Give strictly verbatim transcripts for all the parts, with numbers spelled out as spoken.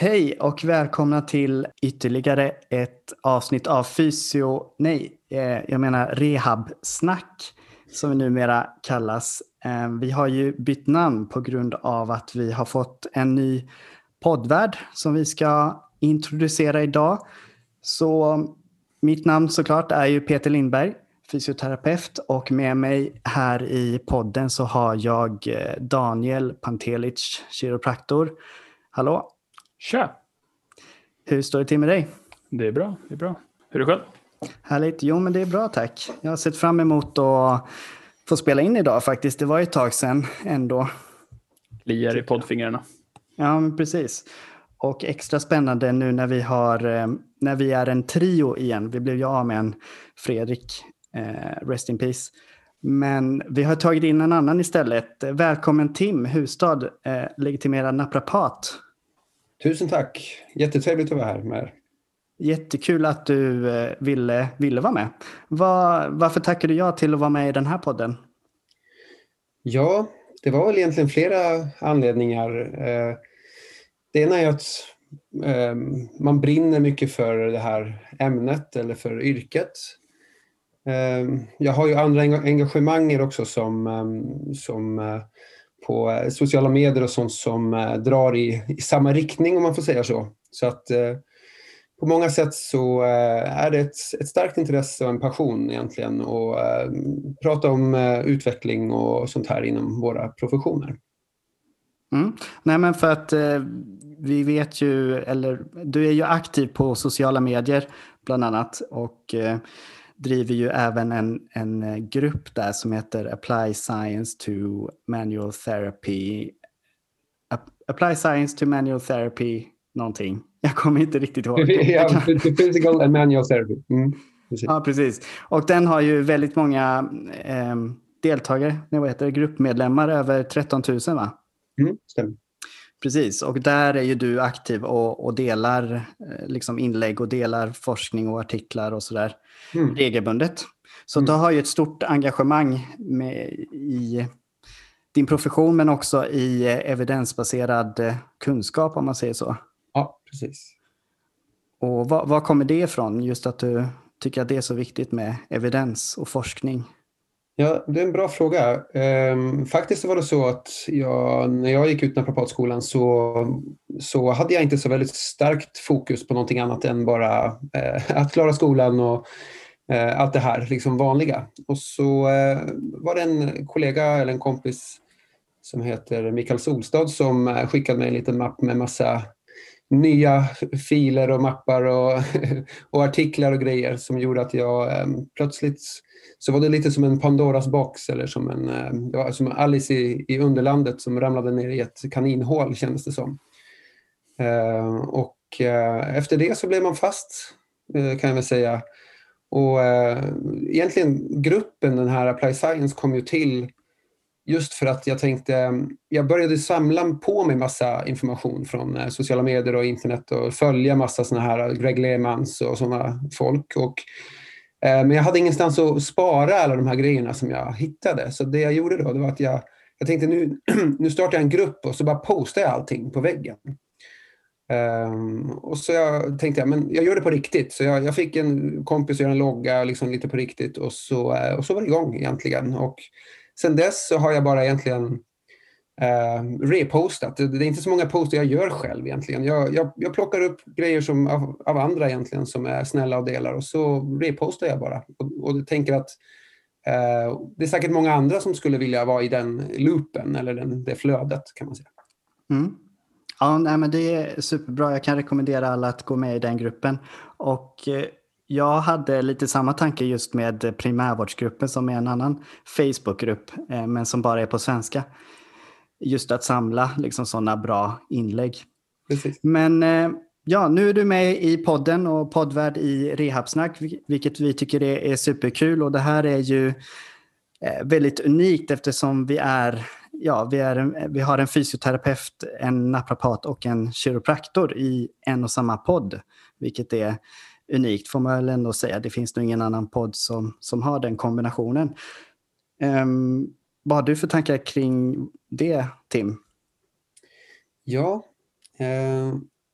Hej och välkomna till ytterligare ett avsnitt av Fysio... Nej, eh, jag menar Rehabsnack som vi numera kallas. Eh, vi har ju bytt namn på grund av att vi har fått en ny poddvärd som vi ska introducera idag. Så mitt namn såklart är ju Peter Lindberg, fysioterapeut, och med mig här i podden så har jag Daniel Pantelic, kiropraktor. Hallå! Tja! Hur står det till med dig? Det är bra, det är bra. Hur är det själv? Härligt, jo men det är bra tack. Jag har sett fram emot att få spela in idag faktiskt. Det var ju ett tag sedan ändå. Liar i poddfingrarna. Ja men precis. Och extra spännande nu när vi, har, när vi är en trio igen. Vi blev ju av med en Fredrik, eh, rest in peace. Men vi har tagit in en annan istället. Välkommen Tim Hustad, eh, legitimerad naprapat. Tusen tack. Jättetrevligt att vara här med er. Jättekul att du eh, ville, ville vara med. Var, varför tackar du ja till att vara med i den här podden? Ja, det var väl egentligen flera anledningar. Eh, det ena är att eh, man brinner mycket för det här ämnet eller för yrket. Eh, jag har ju andra engagemanger också som, eh, som eh, på sociala medier och sånt som eh, drar i, i samma riktning om man får säga så. Så att eh, på många sätt så eh, är det ett, ett starkt intresse och en passion egentligen att eh, prata om eh, utveckling och sånt här inom våra professioner. Mm. Nej men för att eh, vi vet ju, eller du är ju aktiv på sociala medier bland annat och eh, driver ju även en, en grupp där som heter Apply Science to Manual Therapy. Apply Science to Manual Therapy någonting. Jag kommer inte riktigt ihåg. Ja, Physical and Manual Therapy. Mm, precis. Ja, precis. Och den har ju väldigt många eh, deltagare, vad heter det, gruppmedlemmar, över tretton tusen va? Mm, stämmer. Precis, och där är ju du aktiv och, och delar eh, liksom inlägg och delar forskning och artiklar och sådär mm. regelbundet. Så mm. du har ju ett stort engagemang med, i din profession men också i eh, evidensbaserad kunskap om man säger så. Ja, precis. Och vad, vad kommer det ifrån, just att du tycker att det är så viktigt med evidens och forskning? Ja, det är en bra fråga. Ehm, faktiskt var det så att jag, när jag gick ut naprapatskolan så, så hade jag inte så väldigt starkt fokus på någonting annat än bara eh, att klara skolan och eh, allt det här liksom vanliga. Och så eh, var det en kollega eller en kompis som heter Mikael Solstad som skickade mig en liten mapp med massa nya filer och mappar och, och artiklar och grejer som gjorde att jag eh, plötsligt så var det lite som en Pandoras box eller som en det var som Alice i, i Underlandet som ramlade ner i ett kaninhål kändes det som. Eh, och eh, efter det så blev man fast eh, kan jag väl säga. Och eh, egentligen gruppen, den här Apply Science, kom ju till just för att jag tänkte, jag började samla på mig massa information från eh, sociala medier och internet och följa massa såna här Greg Lehmans och såna folk och men jag hade ingenstans att spara alla de här grejerna som jag hittade. Så det jag gjorde då det var att jag, jag tänkte nu, nu startar jag en grupp och så bara postar jag allting på väggen. Um, och så jag tänkte jag, men jag gör det på riktigt. Så jag, jag fick en kompis att göra en logga liksom lite på riktigt och så, och så var det igång egentligen. Och sen dess så har jag bara egentligen Uh, repostat. Det är inte så många poster jag gör själv egentligen. Jag, jag, jag plockar upp grejer som, av, av andra egentligen som är snälla och delar och så repostar jag bara. Och, och jag tänker att uh, det är säkert många andra som skulle vilja vara i den loopen eller den, det flödet kan man säga. Mm. Ja, nej, men det är superbra. Jag kan rekommendera alla att gå med i den gruppen. Och eh, jag hade lite samma tanke just med primärvårdsgruppen som är en annan Facebookgrupp eh, men som bara är på svenska. Just att samla liksom sådana bra inlägg. Precis. Men ja, nu är du med i podden och poddvärd i Rehabsnack, vilket vi tycker är, är superkul. Och det här är ju väldigt unikt eftersom vi är, ja, vi, är, vi har en fysioterapeut, en naprapat och en kiropraktor i en och samma podd. Vilket är unikt får man väl ändå säga. Det finns nog ingen annan podd som, som har den kombinationen. Um, Vad har du för tankar kring det, Tim? Ja, eh,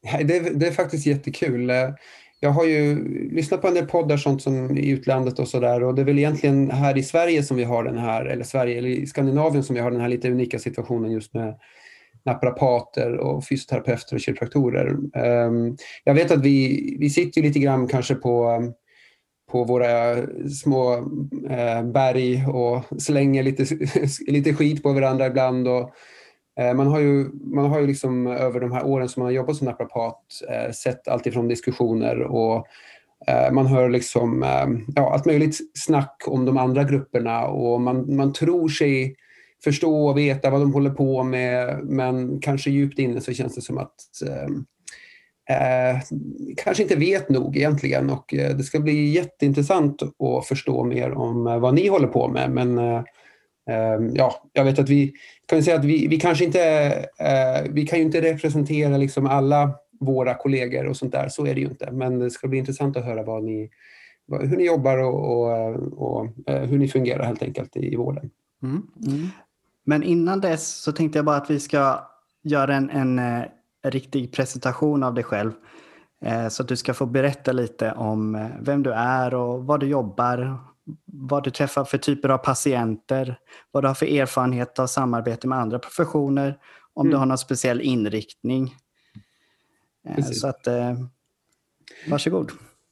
Det är, det är faktiskt jättekul. Jag har ju lyssnat på en del poddar sånt som i utlandet och sådär, och det är väl egentligen här i Sverige som vi har den här, eller Sverige eller i Skandinavien som vi har den här lite unika situationen just med naprapater och fysioterapeuter och kiropraktorer. Jag vet att vi, vi sitter lite grann kanske på, på våra små berg och slänger lite, lite skit på varandra ibland, och Man har ju, man har ju liksom över de här åren som man har jobbat som naprapat eh, sett allt ifrån diskussioner och eh, man hör liksom eh, ja, allt möjligt snack om de andra grupperna, och man, man tror sig förstå och veta vad de håller på med, men kanske djupt inne så känns det som att eh, eh, kanske inte vet nog egentligen, och eh, det ska bli jätteintressant att förstå mer om eh, vad ni håller på med, men eh, ja, jag vet att vi kan säga att vi, vi kanske inte eh, vi kan ju inte representera liksom alla våra kollegor och sånt där, så är det ju inte, men det ska bli intressant att höra vad ni, hur ni jobbar och, och, och hur ni fungerar helt enkelt i, i vården. Mm. Mm. Men innan dess så tänkte jag bara att vi ska göra en, en, en riktig presentation av dig själv, eh, så att du ska få berätta lite om vem du är och vad du jobbar, vad du träffar för typer av patienter, vad du har för erfarenhet av samarbete med andra professioner, om mm. du har någon speciell inriktning. Precis. Så att, eh, varsågod.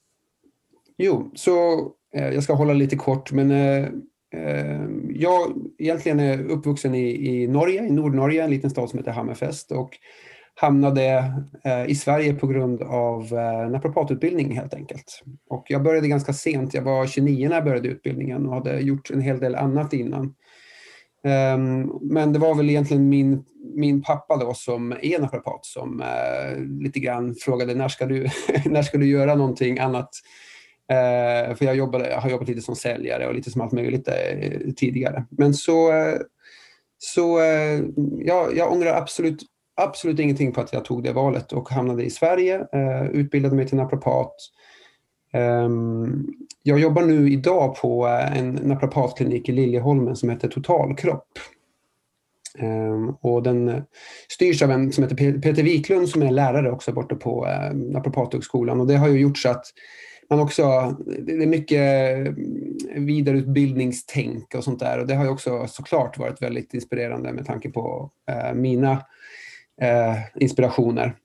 Jo, så eh, jag ska hålla lite kort, men eh, jag egentligen är uppvuxen i, i Norge, i Nordnorge, en liten stad som heter Hammerfest, och hamnade eh, i Sverige på grund av eh, naprapatutbildning helt enkelt. Och jag började ganska sent, jag var tjugonio när jag började utbildningen och hade gjort en hel del annat innan. Um, men det var väl egentligen min, min pappa då som är naprapat som eh, lite grann frågade när ska du, när ska du göra någonting annat? Uh, för jag, jobbade, jag har jobbat lite som säljare och lite som allt möjligt uh, tidigare. Men så, uh, så uh, ja, jag ångrar absolut Absolut ingenting på att jag tog det valet och hamnade i Sverige, eh, utbildade mig till naprapat. Um, jag jobbar nu idag på en naprapatklinik i Liljeholmen som heter Totalkropp. Um, och den styrs av en som heter Peter Wiklund som är lärare också borta på eh, naprapathögskolan, och det har ju gjort så att man också, det är mycket vidareutbildningstänk och sånt där, och det har ju också såklart varit väldigt inspirerande med tanke på eh, mina Eh, inspirationer.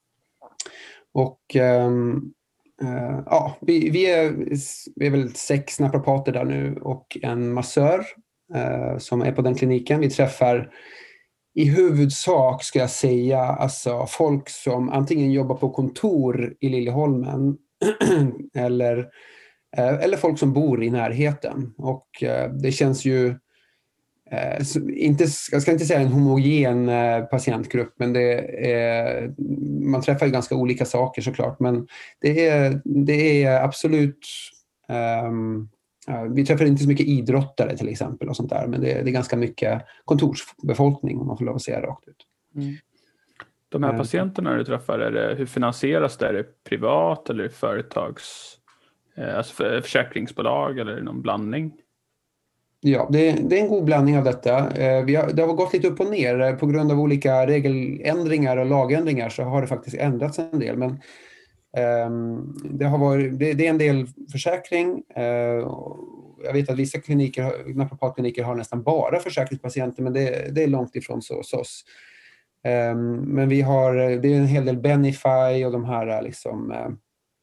Och eh, eh, ja, vi, vi, är, vi är väl sex naprapater där nu och en massör eh, som är på den kliniken. Vi träffar i huvudsak, ska jag säga, alltså folk som antingen jobbar på kontor i Liljeholmen eller, eh, eller folk som bor i närheten. Och eh, det känns ju Eh, inte, jag ska inte säga en homogen eh, patientgrupp, men det är, man träffar ju ganska olika saker såklart, men det är, det är absolut um, ja, vi träffar inte så mycket idrottare till exempel och sånt där, men det är, det är ganska mycket kontorsbefolkning om man får lov att säga rakt ut. Mm. De här patienterna du träffar, är det, hur finansieras det? Är det privat eller företags, eh, alltså för, försäkringsbolag eller någon blandning? Ja, det, det är en god blandning av detta. Eh, vi har, det har gått lite upp och ner. På grund av olika regeländringar och lagändringar så har det faktiskt ändrats en del. Men eh, det, har varit, det, det är en del försäkring. Eh, jag vet att vissa kliniker, naprapatkliniker har nästan bara försäkringspatienter, men det, det är långt ifrån så hos oss. Eh, men vi har, det är en hel del Benify och de här liksom, eh,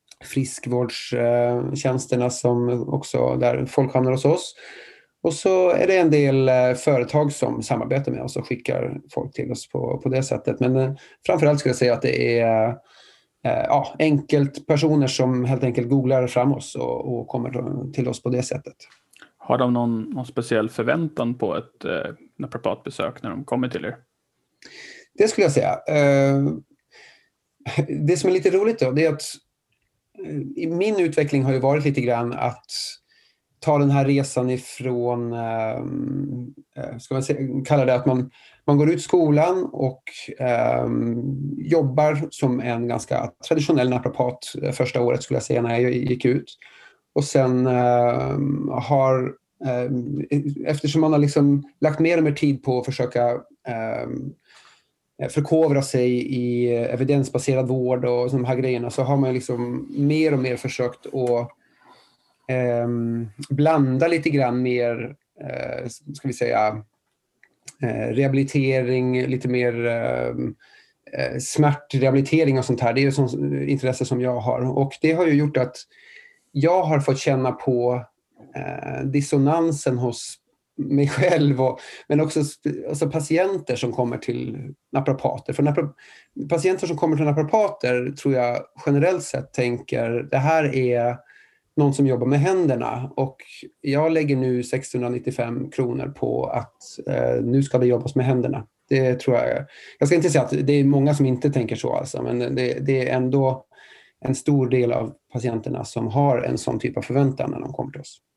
friskvårdstjänsterna som också, där folk hamnar hos oss. Och så är det en del eh, företag som samarbetar med oss och skickar folk till oss på, på det sättet. Men eh, framförallt ska jag säga att det är eh, ja, enkelt personer som helt enkelt googlar fram oss och, och kommer till oss på det sättet. Har de någon, någon speciell förväntan på ett eh, naprapatbesök när de kommer till er? Det skulle jag säga. Eh, det som är lite roligt då, det är att eh, min utveckling har ju varit lite grann att ta den här resan ifrån, eh, ska man säga, kalla det att man, man går ut skolan och eh, jobbar som en ganska traditionell naprapat första året skulle jag säga när jag gick ut. Och sen eh, har, eh, eftersom man har liksom lagt mer och mer tid på att försöka eh, förkovra sig i evidensbaserad vård och de här grejerna, så har man liksom mer och mer försökt att eh, blanda lite grann mer, eh, ska vi säga, eh, rehabilitering, lite mer eh, smärtrehabilitering och sånt här. Det är ju sånt intresse som jag har, och det har ju gjort att jag har fått känna på eh, dissonansen hos mig själv, och, men också alltså patienter som kommer till naprapater. För napra, patienter som kommer till naprapater tror jag generellt sett tänker det här är någon som jobbar med händerna, och jag lägger nu sexhundranittiofem kronor på att eh, nu ska det jobbas med händerna. Det tror jag. Jag ska inte säga att det är många som inte tänker så alltså, men det, det är ändå en stor del av patienterna som har en sån typ av förväntan när de kommer till oss.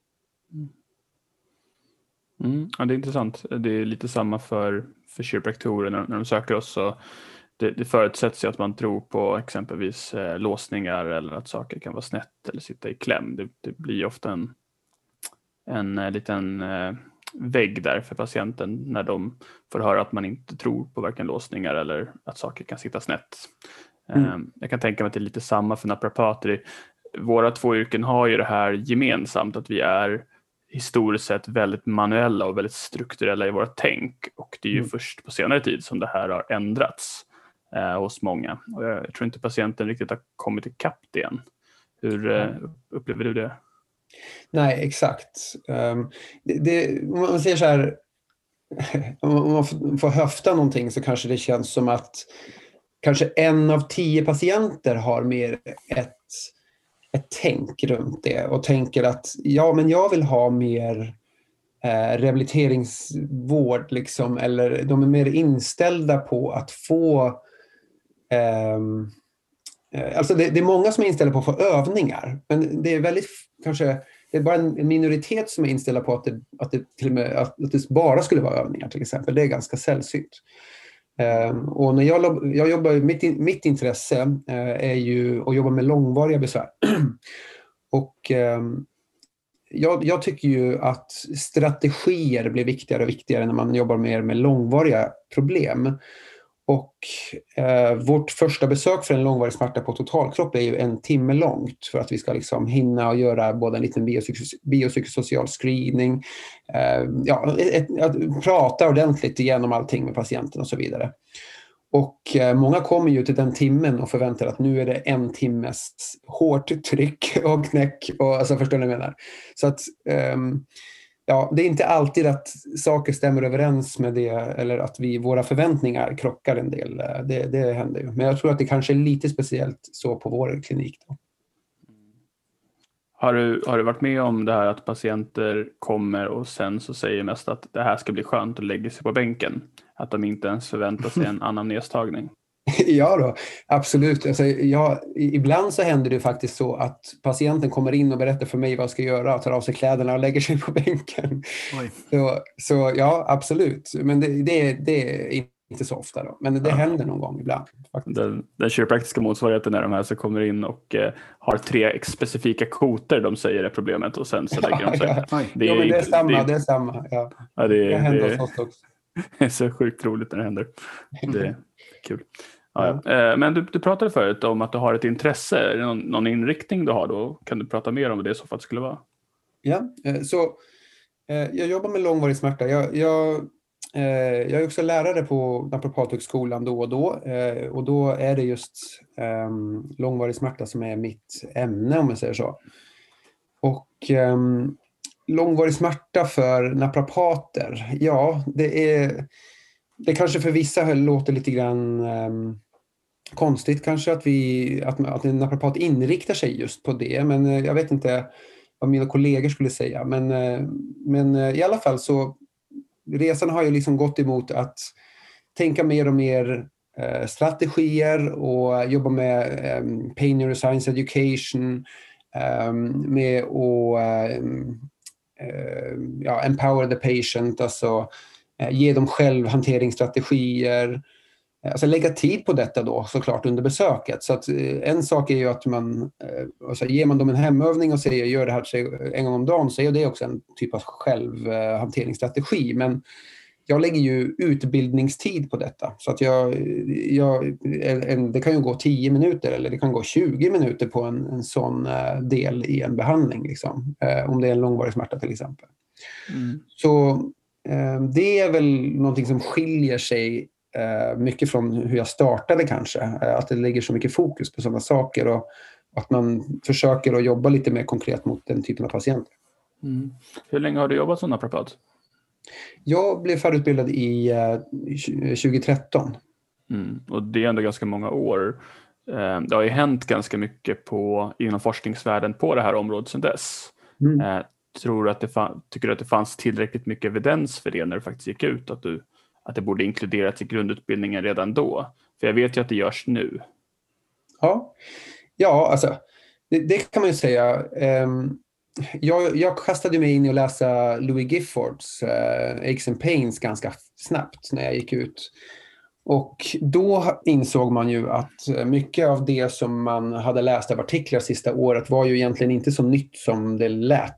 Mm, ja, det är intressant. Det är lite samma för, för kiropraktorer när, när de söker oss. Så det, det förutsätts ju att man tror på exempelvis eh, låsningar eller att saker kan vara snett eller sitta i kläm. Det, det blir ofta en, en eh, liten eh, vägg där för patienten när de får höra att man inte tror på varken låsningar eller att saker kan sitta snett. Mm. Eh, jag kan tänka mig att det är lite samma för naprapater. Våra två yrken har ju det här gemensamt att vi är historiskt sett väldigt manuella och väldigt strukturella i våra tänk, och det är ju mm. först på senare tid som det här har ändrats eh, hos många, och jag, jag tror inte patienten riktigt har kommit ikapp det än. Hur eh, upplever du det? Nej, exakt. Um, det, det, om man säger så här, om man får, får höfta någonting, så kanske det känns som att kanske en av tio patienter har mer ett ett tänk runt det och tänker att ja, men jag vill ha mer eh, rehabiliteringsvård liksom, eller de är mer inställda på att få eh, alltså det, det är många som är inställda på att få övningar, men det är väldigt kanske det är bara en minoritet som är inställda på att det, att det till och med att, att det bara skulle vara övningar till exempel. Det är ganska sällsynt. Um, och när jag, jag jobbar, mitt, mitt intresse uh, är ju att jobba med långvariga besvär. och um, jag, jag tycker ju att strategier blir viktigare och viktigare när man jobbar mer med långvariga problem. Och uh, vårt första besök för en långvarig smärta på totalkropp är ju en timme långt, för att vi ska liksom hinna och göra både en liten biopsykos- biopsykosocial screening, uh, ja, ett, ett, att prata ordentligt igenom allting med patienten och så vidare. Och uh, många kommer ju till den timmen och förväntar att nu är det en timmes hårt tryck och knäck, och alltså förstår ni vad jag menar. Så att um, ja, det är inte alltid att saker stämmer överens med det, eller att vi, våra förväntningar krockar en del. Det, det händer ju. Men jag tror att det kanske är lite speciellt så på vår klinik då. Har du, har du varit med om det här att patienter kommer och sen så säger mest att det här ska bli skönt och lägger sig på bänken? Att de inte ens förväntar sig en anamnestagning? Ja då, absolut. Alltså, jag, ibland så händer det faktiskt så att patienten kommer in och berättar för mig vad jag ska göra och tar av sig kläderna och lägger sig på bänken. Så, så ja, absolut. Men det, det, det är inte så ofta då. Men det ja. händer någon gång ibland. Faktiskt. Den, den kiropraktiska motsvarigheten är de här som kommer in och eh, har tre specifika koter de säger är problemet, och sen så lägger de sig. Ja, ja. Det är, ja, men det är samma, det, det är samma. Ja. Ja, det, det händer det, hos oss också. Det är så sjukt roligt när det händer. Det är kul. Ja, ja. Men du, du pratade förut om att du har ett intresse. Är det någon, någon inriktning du har då? Kan du prata mer om vad det i så fall skulle vara? Ja, så jag jobbar med långvarig smärta. Jag, jag, jag är också lärare på Naprapathögskolan då och då. Och då är det just um, långvarig smärta som är mitt ämne, om jag säger så. Och um, långvarig smärta för naprapater, ja, det är... Det kanske för vissa låter lite grann um, konstigt kanske att, vi, att, att en naprapat inriktar sig just på det. Men uh, jag vet inte vad mina kollegor skulle säga. Men, uh, men uh, i alla fall så resan har ju liksom gått emot att tänka mer och mer uh, strategier och jobba med um, pain neuroscience education, um, med att um, uh, ja, empower the patient, alltså ge dem självhanteringsstrategier, alltså lägga tid på detta då såklart under besöket. Så att en sak är ju att man, alltså ger man dem en hemövning och säger gör det här en gång om dagen, så är det också en typ av självhanteringsstrategi. Men jag lägger ju utbildningstid på detta. Så att jag, jag, en, det kan ju gå tio minuter eller det kan gå tjugo minuter på en, en sån del i en behandling. Liksom, om det är en långvarig smärta till exempel. Mm. Så det är väl någonting som skiljer sig mycket från hur jag startade kanske. Att det lägger så mycket fokus på sådana saker och att man försöker att jobba lite mer konkret mot den typen av patienter. Mm. Hur länge har du jobbat som naprapat? Jag blev färdigutbildad i uh, tjugo-tretton. Mm. Och det är ändå ganska många år. Eh, det har ju hänt ganska mycket på, inom forskningsvärlden på det här området sedan dess. Mm. Eh, tror du att det fann, tycker du att det fanns tillräckligt mycket evidens för det när det faktiskt gick ut? Att, du, att det borde inkluderas i grundutbildningen redan då? För jag vet ju att det görs nu. Ja, ja alltså det, det kan man ju säga. Um, Jag, jag kastade mig in i att läsa Louis Giffords uh, Aches and Pains ganska snabbt när jag gick ut. Och då insåg man ju att mycket av det som man hade läst av artiklar sista året var ju egentligen inte så nytt som det lät.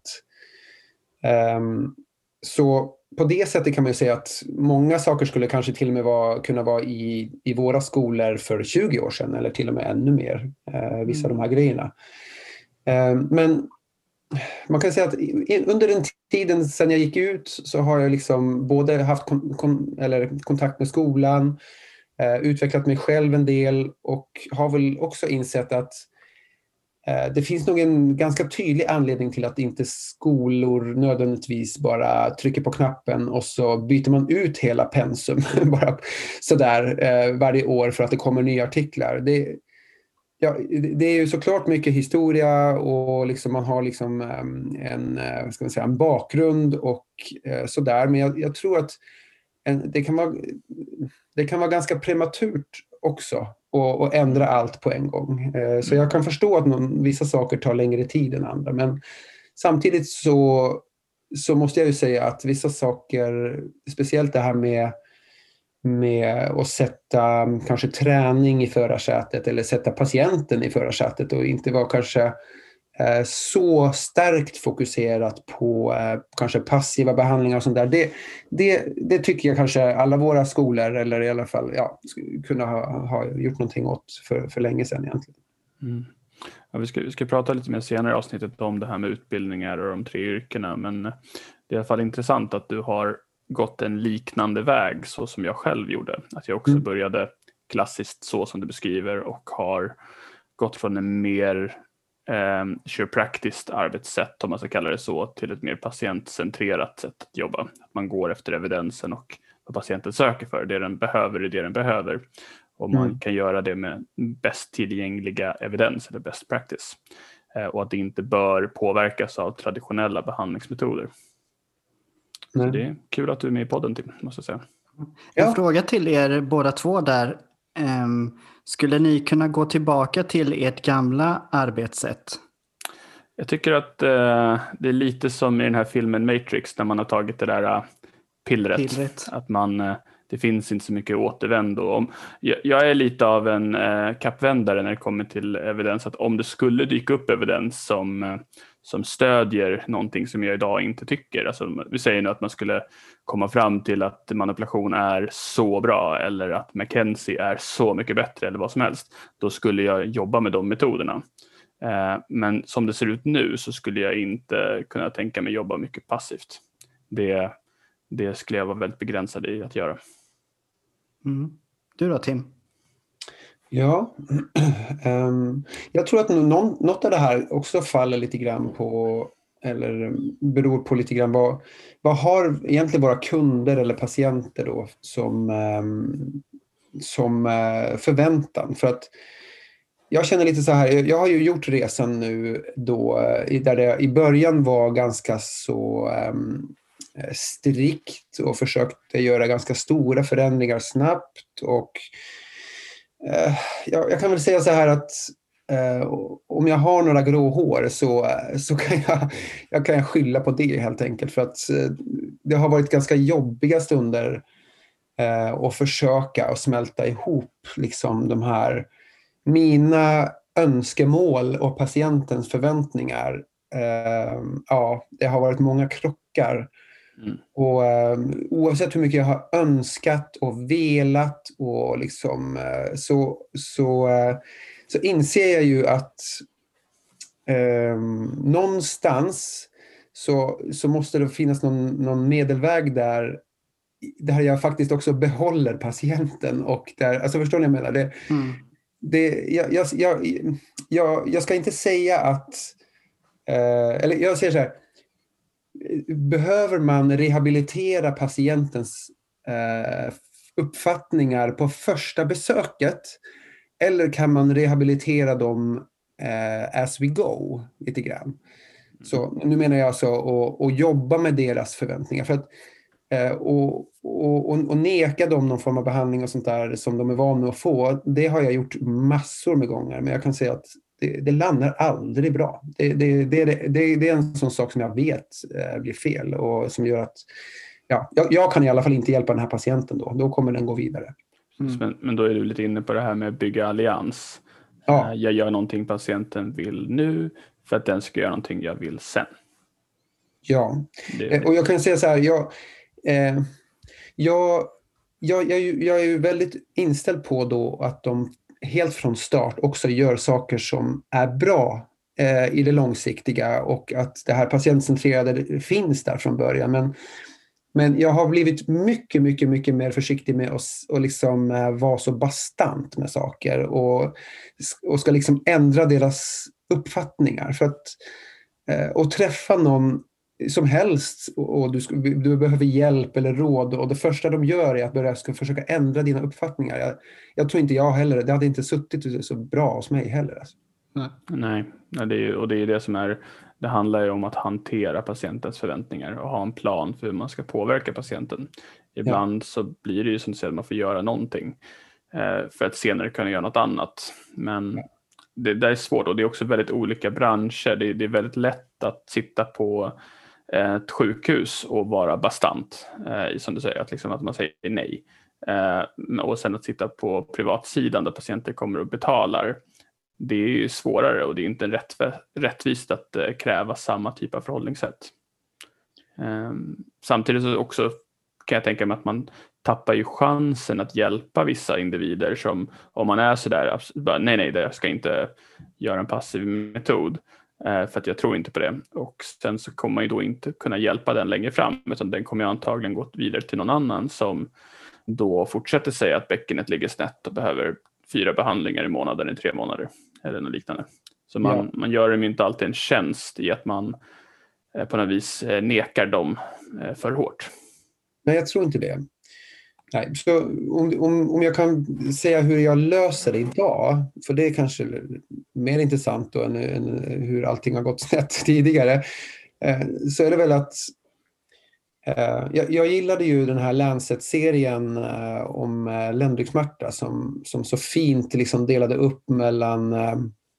Um, så på det sättet kan man ju säga att många saker skulle kanske till och med vara, kunna vara i, i våra skolor för tjugo år sedan eller till och med ännu mer, uh, vissa mm. av de här grejerna. Um, men man kan säga att under den tiden sedan jag gick ut så har jag liksom både haft kon- kon- eller kontakt med skolan, eh, utvecklat mig själv en del och har väl också insett att eh, det finns nog en ganska tydlig anledning till att inte skolor nödvändigtvis bara trycker på knappen och så byter man ut hela pensum bara sådär eh, varje år för att det kommer nya artiklar. Det Ja, det är ju såklart mycket historia och liksom man har liksom en, ska man säga, en bakgrund och sådär. Men jag, jag tror att en, det, kan vara, det kan vara ganska prematurt också att ändra allt på en gång. Så jag kan förstå att någon, vissa saker tar längre tid än andra. Men samtidigt så, så måste jag ju säga att vissa saker, speciellt det här med med att sätta kanske träning i förarsätet eller sätta patienten i förarsätet och inte vara kanske eh, så starkt fokuserat på eh, kanske passiva behandlingar och sånt där. Det, det, det tycker jag kanske alla våra skolor eller i alla fall ja, kunna ha, ha gjort någonting åt för, för länge sedan egentligen. Mm. Ja, vi, ska, vi ska prata lite mer senare i avsnittet om det här med utbildningar och de tre yrkena, men det är i alla fall intressant att du har gått en liknande väg så som jag själv gjorde. Att jag också mm. började klassiskt så som du beskriver och har gått från en mer eh, kiropraktiskt arbetssätt, om man ska kalla det så, till ett mer patientcentrerat sätt att jobba. Att man går efter evidensen och vad patienten söker för. Det den behöver är det den behöver. Och man mm. kan göra det med bäst tillgängliga evidens eller best practice. Eh, och att det inte bör påverkas av traditionella behandlingsmetoder. Så det är kul att du är med i podden, Tim, måste jag säga. En ja. fråga till er båda två där. Um, skulle ni kunna gå tillbaka till ert gamla arbetssätt? Jag tycker att uh, det är lite som i den här filmen Matrix när man har tagit det där uh, pillret. pillret. Att man, uh, det finns inte så mycket återvändo. Om, jag, jag är lite av en uh, kappvändare när det kommer till evidens. Att om det skulle dyka upp evidens som... Uh, som stödjer någonting som jag idag inte tycker. Alltså, vi säger nu att man skulle komma fram till att manipulation är så bra eller att McKenzie är så mycket bättre eller vad som helst. Då skulle jag jobba med de metoderna. Eh, men som det ser ut nu så skulle jag inte kunna tänka mig jobba mycket passivt. Det, det skulle jag vara väldigt begränsad i att göra. Mm. Du då, Tim? Ja, um, jag tror att någon, något av det här också faller lite grann på, eller beror på lite grann vad, vad har egentligen våra kunder eller patienter då som, um, som uh, förväntan. För att jag känner lite så här, jag har ju gjort resan nu då, där det i början var ganska så um, strikt och försökte göra ganska stora förändringar snabbt och Uh, jag, jag kan väl säga så här att uh, om jag har några grå hår så, uh, så kan jag, jag kan skylla på det helt enkelt. För att uh, det har varit ganska jobbiga stunder uh, att försöka att smälta ihop liksom, de här mina önskemål och patientens förväntningar. Uh, ja, det har varit många krockar Mm. Och eh, oavsett hur mycket jag har önskat och velat och liksom, eh, så, så, eh, så inser jag ju att eh, någonstans så, så måste det finnas någon, någon medelväg där, där jag faktiskt också behåller patienten. Och där, alltså förstår ni vad jag menar? Det, mm. det, jag, jag, jag, jag, jag ska inte säga att, eh, eller jag säger så här, behöver man rehabilitera patientens eh, uppfattningar på första besöket, eller kan man rehabilitera dem eh, as we go lite grann? Så nu menar jag alltså att, att jobba med deras förväntningar, för att eh, och, och, och, och neka dem någon form av behandling och sånt där som de är vana att få. Det har jag gjort massor med gånger, men jag kan säga att det, det landar aldrig bra. Det, det, det, det, det är en sån sak som jag vet eh, blir fel och som gör att ja, jag, jag kan i alla fall inte hjälpa den här patienten då. Då kommer den gå vidare. Mm. Men, men då är du lite inne på det här med att bygga allians. Ja. Jag gör någonting patienten vill nu för att den ska göra någonting jag vill sen. Ja, det... och jag kan säga så här, jag, eh, jag, jag, jag, jag är ju väldigt inställd på då att de helt från start också gör saker som är bra eh, i det långsiktiga, och att det här patientcentrerade finns där från början. Men, men jag har blivit mycket, mycket, mycket mer försiktig med att och liksom, eh, vara så bastant med saker och, och ska liksom ändra deras uppfattningar. För att eh, och träffa någon som helst och du, du behöver hjälp eller råd, och det första de gör är att börja ska försöka ändra dina uppfattningar. Jag, jag tror inte jag heller, det hade inte suttit så bra hos mig heller. Alltså. Nej, Nej. Nej det är ju, och det är det som är, det handlar ju om att hantera patientens förväntningar och ha en plan för hur man ska påverka patienten. Ibland ja. så blir det ju som du säger att man får göra någonting eh, för att senare kunna göra något annat. Men ja. det där är svårt, och det är också väldigt olika branscher. Det, det är väldigt lätt att sitta på ett sjukhus och vara bastant, eh, som du säger, att, liksom, att man säger nej. Eh, och sen att sitta på privatsidan där patienter kommer och betalar, det är ju svårare, och det är inte en rätt, rättvist att eh, kräva samma typ av förhållningssätt. Eh, samtidigt så också kan jag tänka mig att man tappar ju chansen att hjälpa vissa individer som, om man är sådär, bara, nej nej, jag ska inte göra en passiv metod. För att jag tror inte på det. Och sen så kommer man ju då inte kunna hjälpa den längre fram, utan den kommer ju antagligen gå vidare till någon annan som då fortsätter säga att bäckenet ligger snett och behöver fyra behandlingar i månaden i tre månader eller något liknande. Så man, ja. man gör dem inte alltid en tjänst i att man eh, på något vis eh, nekar dem eh, för hårt. Nej, jag tror inte det. Nej, så om, om, om jag kan säga hur jag löser det idag, för det är kanske mer intressant då än, än hur allting har gått snett tidigare, eh, så är det väl att eh, jag, jag gillade ju den här Lancet-serien eh, om eh, ländryggsmärta som, som så fint liksom delade upp mellan eh,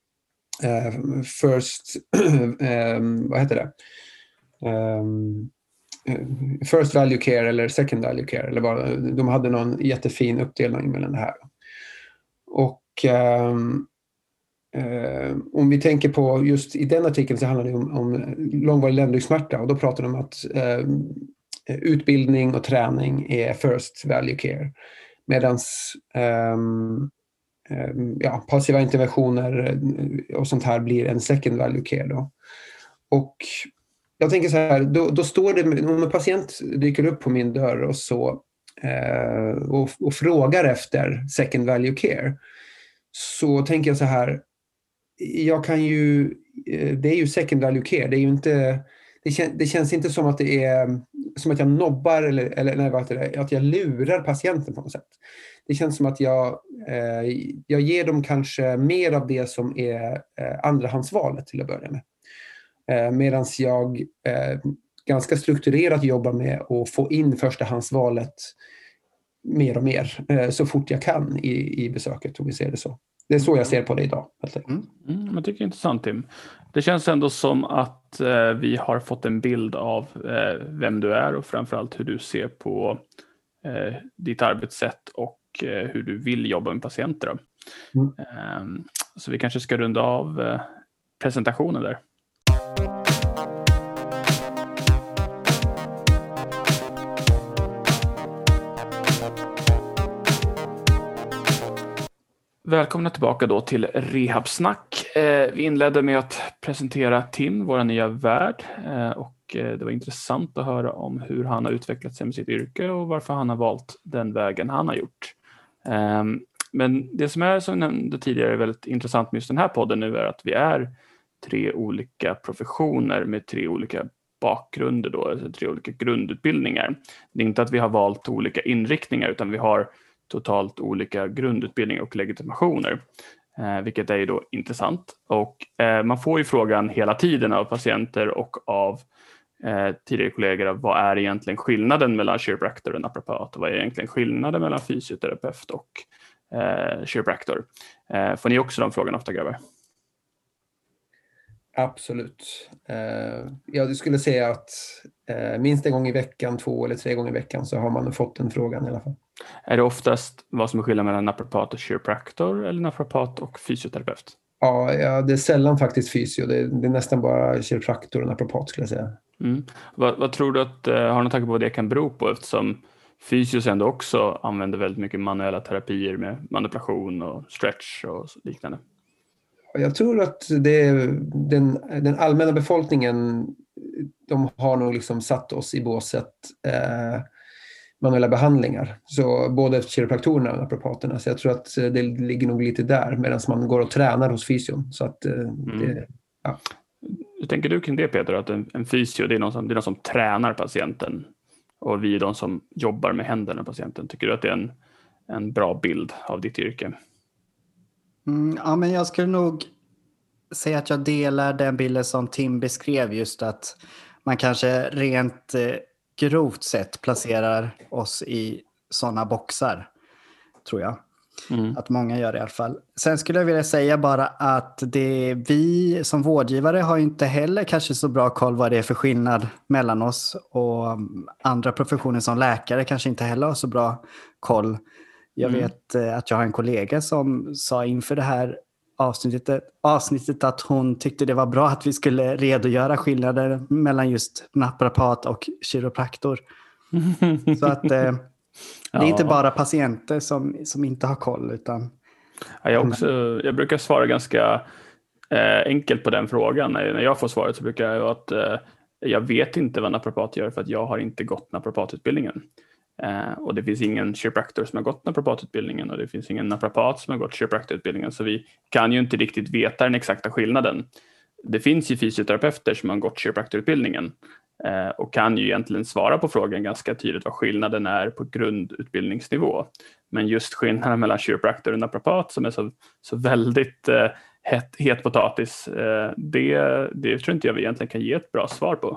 first, eh, vad heter det? Um, First value care eller second value care, eller bara, de hade någon jättefin uppdelning mellan det här. Och um, uh, om vi tänker på just i den artikeln, så handlar det om, om långvarig ländryggsmärta, och då pratar de om att uh, utbildning och träning är first value care, medan um, um, ja, passiva interventioner och sånt här blir en second value care då. Och jag tänker så här, då, då står det, om en patient dyker upp på min dörr och så eh, och, och frågar efter second value care, så tänker jag så här, jag kan ju, det är ju second value care, det är ju inte, det, kän, det känns inte som att det är som att jag nobbar eller, eller nej, vad heter det, att jag lurar patienten på något sätt. Det känns som att jag, eh, jag ger dem kanske mer av det som är eh, andrahandsvalet till att börja med. Eh, Medan jag eh, ganska strukturerat jobbar med att få in förstahandsvalet mer och mer eh, så fort jag kan i, i besöket, om vi ser det så. Det är så jag ser på det idag. Mm. Mm, jag tycker det är intressant, Tim. Det känns ändå som att eh, vi har fått en bild av eh, vem du är och framförallt hur du ser på eh, ditt arbetssätt och eh, hur du vill jobba med patienter. Mm. Eh, så vi kanske ska runda av eh, presentationen där. Välkomna tillbaka då till Rehabsnack. Eh, vi inledde med att presentera Tim, vår nya värd. Eh, och eh, det var intressant att höra om hur han har utvecklat sig med sitt yrke och varför han har valt den vägen han har gjort. Eh, men det som är, som jag nämnde tidigare, väldigt intressant med just den här podden nu är att vi är tre olika professioner med tre olika bakgrunder då, alltså tre olika grundutbildningar. Det är inte att vi har valt olika inriktningar utan vi har totalt olika grundutbildningar och legitimationer, eh, vilket är ju då intressant. Och eh, man får ju frågan hela tiden av patienter och av eh, tidigare kollegor av vad är egentligen skillnaden mellan chiropractor och naprapat och vad är egentligen skillnaden mellan fysioterapeut och eh, chiropractor. Eh, får ni också de frågorna ofta, grabbar? Absolut. Eh, jag skulle säga att eh, minst en gång i veckan, två eller tre gånger i veckan så har man fått den frågan i alla fall. Är det oftast vad som är skillnaden mellan naprapat och chiropractor eller naprapat och fysioterapeut? Ja, ja, det är sällan faktiskt fysio. Det är, det är nästan bara chiropractor och naprapat skulle jag säga. Mm. Vad, vad tror du att, uh, har någon tanke på vad det kan bero på, eftersom fysios ändå också använder väldigt mycket manuella terapier med manipulation och stretch och liknande? Jag tror att det är den, den allmänna befolkningen, de har nog liksom satt oss i båset eh, manuella behandlingar. Så både chiropraktorerna och naprapaterna. Så jag tror att det ligger nog lite där medan man går och tränar hos fysion. Så att, eh, mm. det, ja. Hur tänker du kring det, Peter? Att en, en fysio, det är, någon som, det är någon som tränar patienten och vi är de som jobbar med händerna på patienten. Tycker du att det är en, en bra bild av ditt yrke? Mm, ja, men jag skulle nog säga att jag delar den bilden som Tim beskrev, just att man kanske rent eh, grovt sett placerar oss i sådana boxar, tror jag. Mm. Att många gör det i alla fall. Sen skulle jag vilja säga bara att det, vi som vårdgivare har inte heller kanske så bra koll vad det är för skillnad mellan oss, och andra professioner som läkare kanske inte heller har så bra koll. Jag mm. vet eh, att jag har en kollega som sa inför det här avsnittet, avsnittet att hon tyckte det var bra att vi skulle redogöra skillnader mellan just naprapat och chiropraktor. Så att eh, det är ja. inte bara patienter som, som inte har koll, utan... Ja, jag, också, jag brukar svara ganska eh, enkelt på den frågan. När jag får svaret så brukar jag att eh, jag vet inte vad naprapat gör för att jag har inte gått naprapatutbildningen. Uh, och det finns ingen chiropractor som har gått naprapatutbildningen och det finns ingen naprapat som har gått chiropractorutbildningen, så vi kan ju inte riktigt veta den exakta skillnaden. Det finns ju fysioterapeuter som har gått chiropractorutbildningen uh, och kan ju egentligen svara på frågan ganska tydligt vad skillnaden är på grundutbildningsnivå. Men just skillnaden mellan chiropractor och naprapat som är så, så väldigt uh, het, het potatis, uh, det, det tror inte jag vi egentligen kan ge ett bra svar på.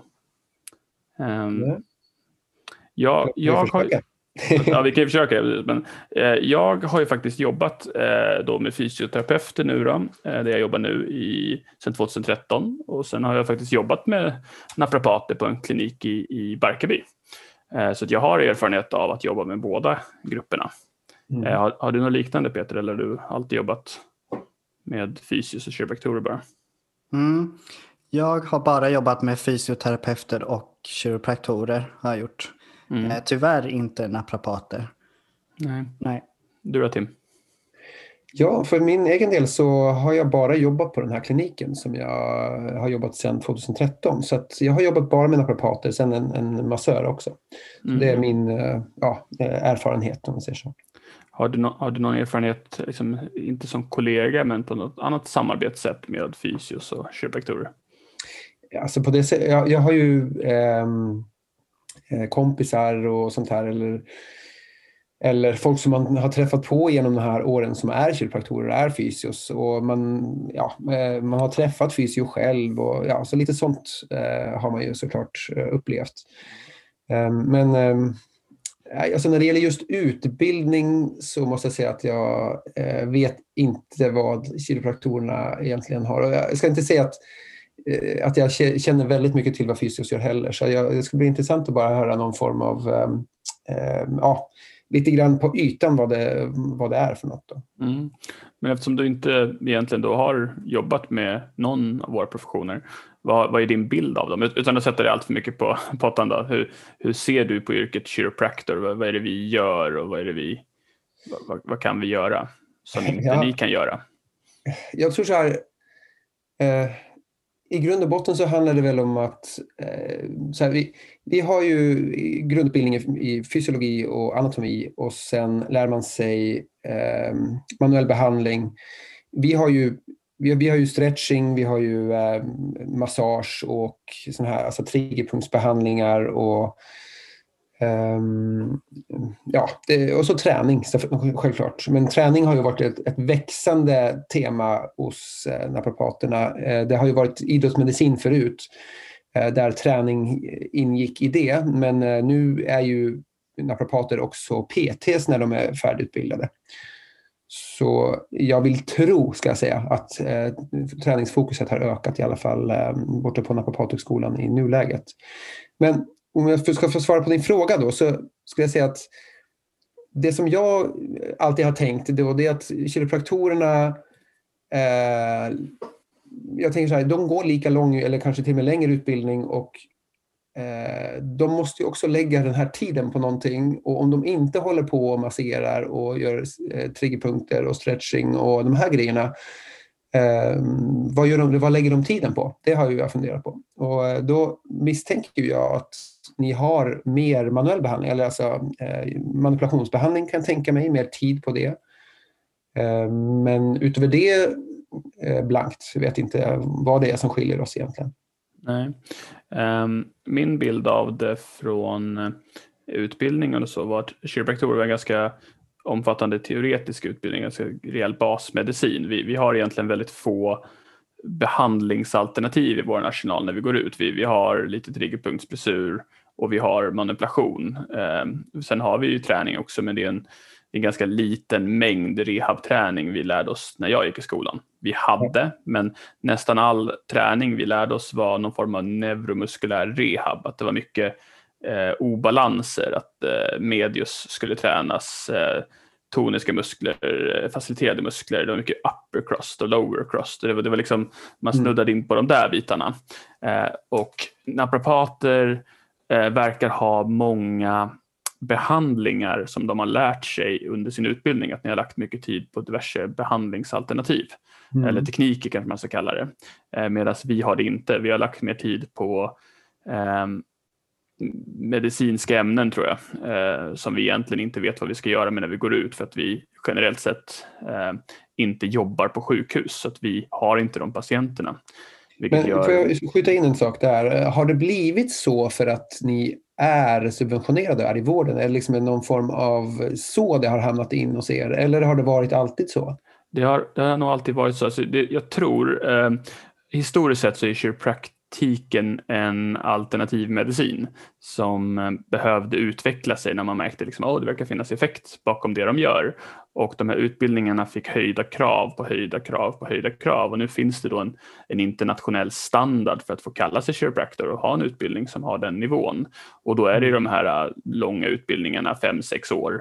Um, mm. Ja, jag har, ja, vi kan ju försöka. Men, eh, jag har ju faktiskt jobbat eh, då med fysioterapeuter nu då, eh, där jag jobbar nu i, sedan tjugohundratretton. Och sen har jag faktiskt jobbat med naprapater på en klinik i, i Barkarby. Eh, så att jag har erfarenhet av att jobba med båda grupperna. Mm. Eh, har, har du något liknande, Peter, eller har du alltid jobbat med fysios och chiropraktorer bara? Mm. Jag har bara jobbat med fysioterapeuter och chiropraktorer har jag gjort. Mm. Eh, tyvärr inte naprapater. Nej. Nej. Du då, Tim? Ja, för min egen del så har jag bara jobbat på den här kliniken som jag har jobbat sedan tjugohundratretton. Så att jag har jobbat bara med naprapater, sen en, en massör också. Så mm. det är min ja, erfarenhet, om man säger så. Har du, no- har du någon erfarenhet, liksom, inte som kollega men på något annat samarbetssätt med fysios och chiropraktorer? Alltså på det sättet, jag, jag har ju eh, kompisar och sånt här, eller, eller folk som man har träffat på genom de här åren som är chiropraktorer, är fysios, och man, ja, man har träffat fysio själv och ja, så lite sånt eh, har man ju såklart upplevt. Eh, men eh, alltså när det gäller just utbildning så måste jag säga att jag eh, vet inte vad chiropraktorerna egentligen har. Och jag ska inte säga att att jag känner väldigt mycket till vad fysios gör heller. Så jag, det skulle bli intressant att bara höra någon form av, eh, ja, lite grann på ytan vad det, vad det är för något då. Mm. Men eftersom du inte egentligen då har jobbat med någon av våra professioner, vad, vad är din bild av dem? Utan att sätta det allt för mycket på pottan då. Hur, hur ser du på yrket chiropractor? Vad, vad är det vi gör och vad är det vi, vad, vad kan vi göra? som inte Ja. ni kan göra? Jag tror så här, eh, i grund och botten så handlar det väl om att eh, så här, vi, vi har ju grundutbildning i, i fysiologi och anatomi och sen lär man sig eh, manuell behandling. Vi har ju Vi har, vi har ju stretching, vi har ju eh, massage och såna här, alltså triggerpunktsbehandlingar och um, ja, det, och så träning självklart. Men träning har ju varit ett, ett växande tema hos eh, naprapaterna. Eh, det har ju varit idrottsmedicin förut eh, där träning ingick i det, men eh, nu är ju naprapater också P T:s när de är färdigutbildade. Så jag vill tro, ska jag säga, att eh, träningsfokuset har ökat i alla fall eh, borta på Naprapathögskolan i nuläget. Men om jag ska få svara på din fråga då, så ska jag säga att det som jag alltid har tänkt då, det är att kiropraktorerna eh, jag tänker så här, de går lika lång eller kanske till och med längre utbildning och de måste ju också lägga den här tiden på någonting, och om de inte håller på och masserar och gör eh, triggerpunkter och stretching och de här grejerna, eh, vad, gör de, vad lägger de tiden på? Det har ju jag funderat på. Och eh, då misstänker jag att ni har mer manuell behandling, eller alltså eh, manipulationsbehandling kan jag tänka mig, mer tid på det. Eh, men utöver det eh, blankt, jag vet inte vad det är som skiljer oss egentligen. Nej. Um, min bild av det från utbildningen och så var att kiropraktorer var en ganska omfattande teoretisk utbildning, ganska rejäl basmedicin. Vi, vi har egentligen väldigt få behandlingsalternativ i vår arsenal när vi går ut. Vi, vi har lite triggerpunktsblessur och vi har manipulation. Um, sen har vi ju träning också, men det är en en ganska liten mängd rehabträning vi lärde oss när jag gick i skolan. Vi hade, men nästan all träning vi lärde oss var någon form av neuromuskulär rehab. Att det var mycket eh, obalanser, att eh, medius skulle tränas, eh, toniska muskler, faciliterade muskler. Det var mycket upper crust och lower crust. Det var, det var liksom, man snuddade in på de där bitarna. Eh, och naprapater eh, verkar ha många behandlingar som de har lärt sig under sin utbildning, att ni har lagt mycket tid på diverse behandlingsalternativ mm. eller tekniker kanske man ska kalla det, eh, medan vi har det inte. Vi har lagt mer tid på eh, medicinska ämnen, tror jag, eh, som vi egentligen inte vet vad vi ska göra med när vi går ut, för att vi generellt sett eh, inte jobbar på sjukhus, så att vi har inte de patienterna. Men gör... får jag skjuta in en sak där? Har det blivit så för att ni är subventionerade och är i vården? Eller liksom någon form av så det har hamnat in hos er? Eller har det varit alltid så? Det har, det har nog alltid varit så. Alltså det, jag tror, eh, historiskt sett så är kiropraktiken en alternativ medicin som eh, behövde utveckla sig när man märkte liksom, oh, det verkar finnas effekt bakom det de gör. Och de här utbildningarna fick höjda krav på höjda krav på höjda krav. Och nu finns det då en, en internationell standard för att få kalla sig chiropractor och ha en utbildning som har den nivån. Och då är det de här långa utbildningarna, fem, sex år.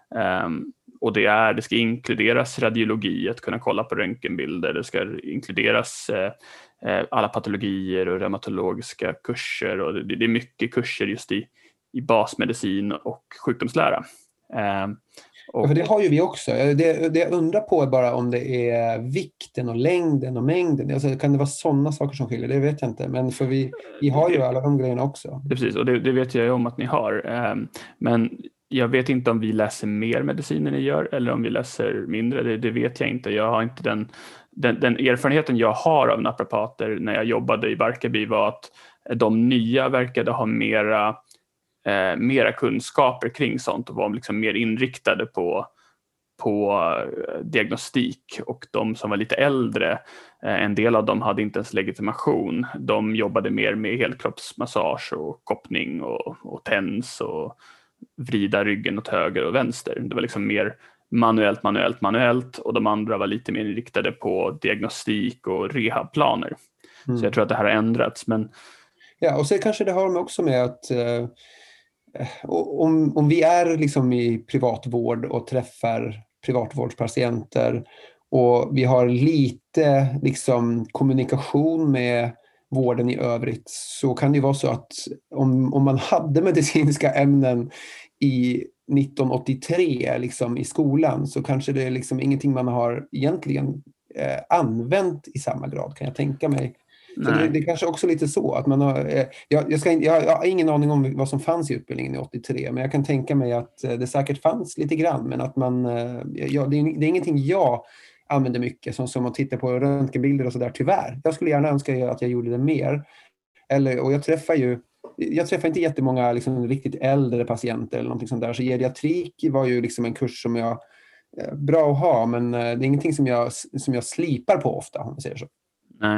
Um, och det, är, det ska inkluderas radiologi, att kunna kolla på röntgenbilder. Det ska inkluderas eh, alla patologier och reumatologiska kurser. Och det, det är mycket kurser just i, i basmedicin och sjukdomslära. Um, Och... Ja, för det har ju vi också. Det, det jag undrar på är bara om det är vikten och längden och mängden. Alltså, kan det vara sådana saker som skiljer? Det vet jag inte. Men för vi, vi har ju alla de grejerna också. Det, precis, och det, det vet jag ju om att ni har. Men jag vet inte om vi läser mer medicin än ni gör eller om vi läser mindre. Det, det vet jag inte. Jag har inte den, den, den erfarenheten jag har av naprapater när jag jobbade i Barkarby var att de nya verkade ha mera Eh, mera kunskaper kring sånt och var liksom mer inriktade på, på eh, diagnostik. Och de som var lite äldre, eh, en del av dem hade inte ens legitimation. De jobbade mer med helkroppsmassage och koppning och, och tens och vrida ryggen åt höger och vänster. Det var liksom mer manuellt, manuellt, manuellt, och de andra var lite mer inriktade på diagnostik och rehabplaner. Mm. Så jag tror att det här har ändrats. Men... Ja, och så kanske det har med också med att eh... Om, om vi är liksom i privatvård och träffar privatvårdspatienter och vi har lite liksom kommunikation med vården i övrigt, så kan det vara så att om, om man hade medicinska ämnen i nittonhundraåttiotre liksom, i skolan, så kanske det är liksom ingenting man har egentligen eh, använt i samma grad, kan jag tänka mig. Så det, det är kanske också lite så att man har, eh, jag, jag, ska, jag, jag har ingen aning om vad som fanns i utbildningen i åttiotre, men jag kan tänka mig att eh, det säkert fanns lite grann, men att man, eh, ja, det, är, det är ingenting jag använder mycket, som, som att titta på röntgenbilder och sådär, tyvärr. Jag skulle gärna önska att jag gjorde det mer. Eller, och jag träffar ju jag träffar inte jättemånga liksom, riktigt äldre patienter eller någonting sånt där, så geriatrik var ju liksom en kurs som jag eh, bra att ha, men eh, det är ingenting som jag, som jag slipar på ofta, om man säger så. Nej,